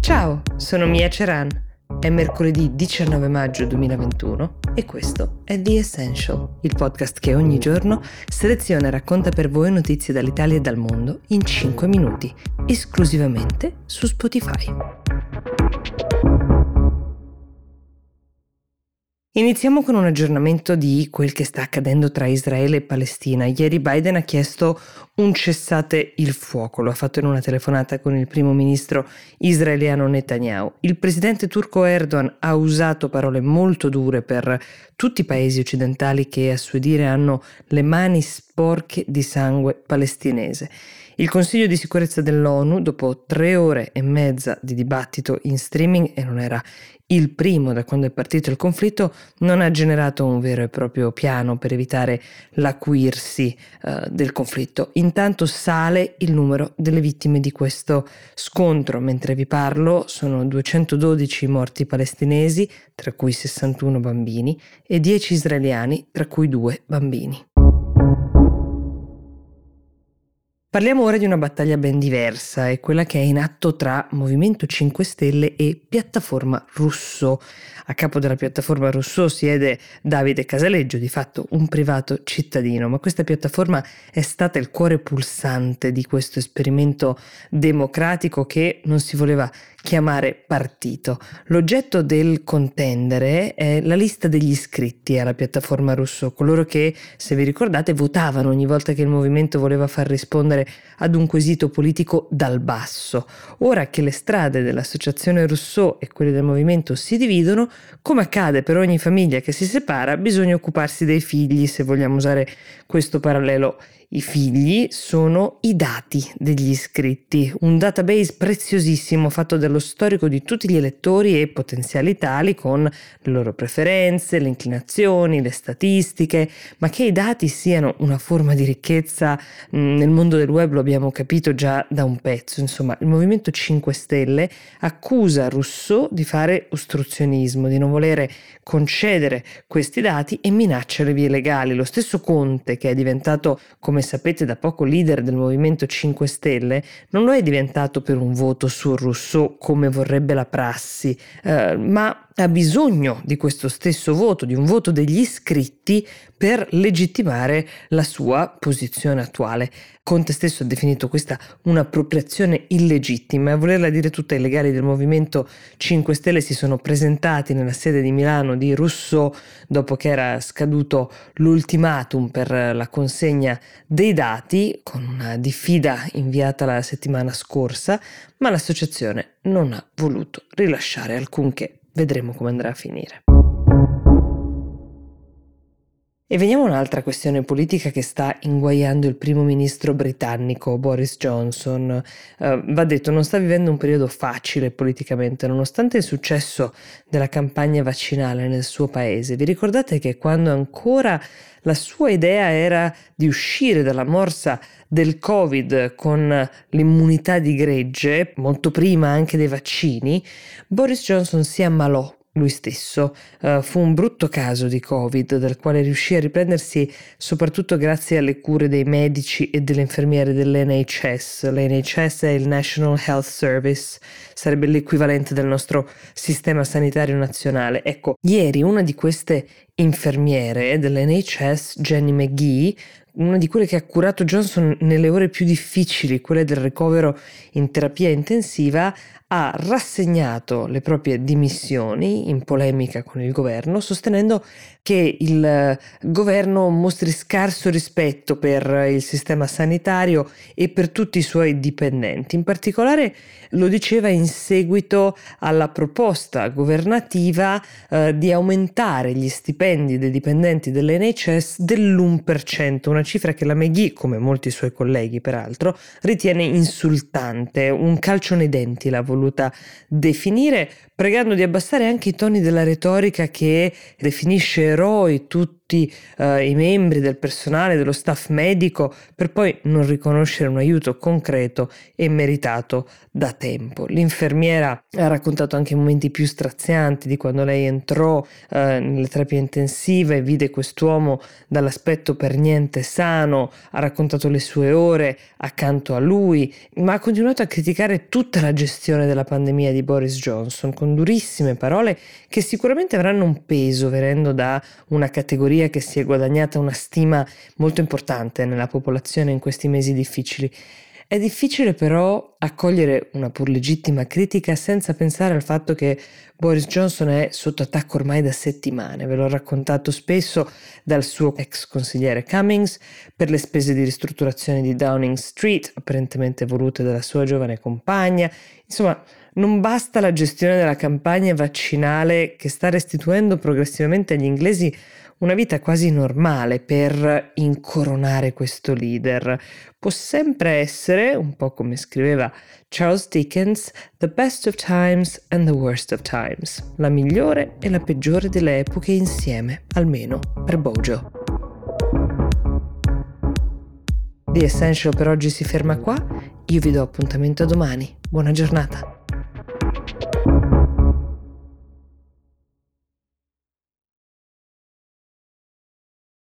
Ciao, sono Mia Ceran. È mercoledì 19 maggio 2021 e questo è The Essential, il podcast che ogni giorno seleziona e racconta per voi notizie dall'Italia e dal mondo in 5 minuti, esclusivamente su Spotify. Iniziamo con un aggiornamento di quel che sta accadendo tra Israele e Palestina. Ieri Biden ha chiesto un cessate il fuoco, lo ha fatto in una telefonata con il primo ministro israeliano Netanyahu. Il presidente turco Erdogan ha usato parole molto dure per tutti i paesi occidentali che a suo dire hanno le mani sporche di sangue palestinese. Il Consiglio di sicurezza dell'ONU, dopo 3 ore e mezza di dibattito in streaming, e non era il primo da quando è partito il conflitto, non ha generato un vero e proprio piano per evitare l'acuirsi del conflitto. Intanto sale il numero delle vittime di questo scontro. Mentre vi parlo sono 212 morti palestinesi, tra cui 61 bambini, e 10 israeliani, tra cui 2 bambini. Parliamo ora di una battaglia ben diversa, è quella che è in atto tra Movimento 5 Stelle e Piattaforma Rousseau. A capo della Piattaforma Rousseau siede Davide Casaleggio, di fatto un privato cittadino, ma questa piattaforma è stata il cuore pulsante di questo esperimento democratico che non si voleva chiamare partito. L'oggetto del contendere è la lista degli iscritti alla Piattaforma Rousseau, coloro che, se vi ricordate, votavano ogni volta che il movimento voleva far rispondere ad un quesito politico dal basso. Ora che le strade dell'associazione Rousseau e quelle del movimento si dividono, come accade per ogni famiglia che si separa, bisogna occuparsi dei figli, se vogliamo usare questo parallelo. I figli sono i dati degli iscritti, un database preziosissimo fatto dello storico di tutti gli elettori e potenziali tali, con le loro preferenze, le inclinazioni, le statistiche, ma che i dati siano una forma di ricchezza nel mondo del web lo abbiamo capito già da un pezzo. Insomma, il Movimento 5 Stelle accusa Rousseau di fare ostruzionismo, di non volere concedere questi dati e minaccia le vie legali. Lo stesso Conte, che è diventato, come sapete, da poco leader del Movimento 5 Stelle, non lo è diventato per un voto su Rousseau come vorrebbe la prassi, ma ha bisogno di questo stesso voto, di un voto degli iscritti per legittimare la sua posizione attuale. Conte stesso ha definito questa un'appropriazione illegittima e a volerla dire tutta, i legali del Movimento 5 Stelle si sono presentati nella sede di Milano di Rousseau dopo che era scaduto l'ultimatum per la consegna dei dati, con una diffida inviata la settimana scorsa, ma l'associazione non ha voluto rilasciare alcunché. Vedremo come andrà a finire. E veniamo a un'altra questione politica che sta inguaiando il primo ministro britannico Boris Johnson. Va detto, non sta vivendo un periodo facile politicamente, nonostante il successo della campagna vaccinale nel suo paese. Vi ricordate che quando ancora la sua idea era di uscire dalla morsa del Covid con l'immunità di gregge, molto prima anche dei vaccini, Boris Johnson si ammalò lui stesso. Fu un brutto caso di Covid, dal quale riuscì a riprendersi soprattutto grazie alle cure dei medici e delle infermiere dell'NHS. L'NHS è il National Health Service, sarebbe l'equivalente del nostro sistema sanitario nazionale. Ecco, ieri una di queste infermiere dell'NHS, Jenny McGee, una di quelle che ha curato Johnson nelle ore più difficili, quelle del ricovero in terapia intensiva, ha rassegnato le proprie dimissioni in polemica con il governo, sostenendo che il governo mostri scarso rispetto per il sistema sanitario e per tutti i suoi dipendenti. In particolare lo diceva in seguito alla proposta governativa di aumentare gli stipendi dei dipendenti dell'NHS dell'1%, una cifra che la McGee, come molti suoi colleghi peraltro, ritiene insultante, un calcio nei denti l'ha voluta definire, pregando di abbassare anche i toni della retorica che definisce eroi tutti tutti i membri del personale, dello staff medico, per poi non riconoscere un aiuto concreto e meritato da tempo. L'infermiera ha raccontato anche i momenti più strazianti di quando lei entrò nelle terapie intensive e vide quest'uomo dall'aspetto per niente sano, ha raccontato le sue ore accanto a lui, ma ha continuato a criticare tutta la gestione della pandemia di Boris Johnson con durissime parole che sicuramente avranno un peso venendo da una categoria che si è guadagnata una stima molto importante nella popolazione in questi mesi difficili. È difficile però accogliere una pur legittima critica senza pensare al fatto che Boris Johnson è sotto attacco ormai da settimane. Ve l'ho raccontato spesso, dal suo ex consigliere Cummings per le spese di ristrutturazione di Downing Street, apparentemente volute dalla sua giovane compagna. Insomma, non basta la gestione della campagna vaccinale che sta restituendo progressivamente agli inglesi una vita quasi normale per incoronare questo leader. Può sempre essere, un po' come scriveva Charles Dickens, the best of times and the worst of times, la migliore e la peggiore delle epoche insieme, almeno per Bojo. The Essential per oggi si ferma qua, io vi do appuntamento a domani. Buona giornata.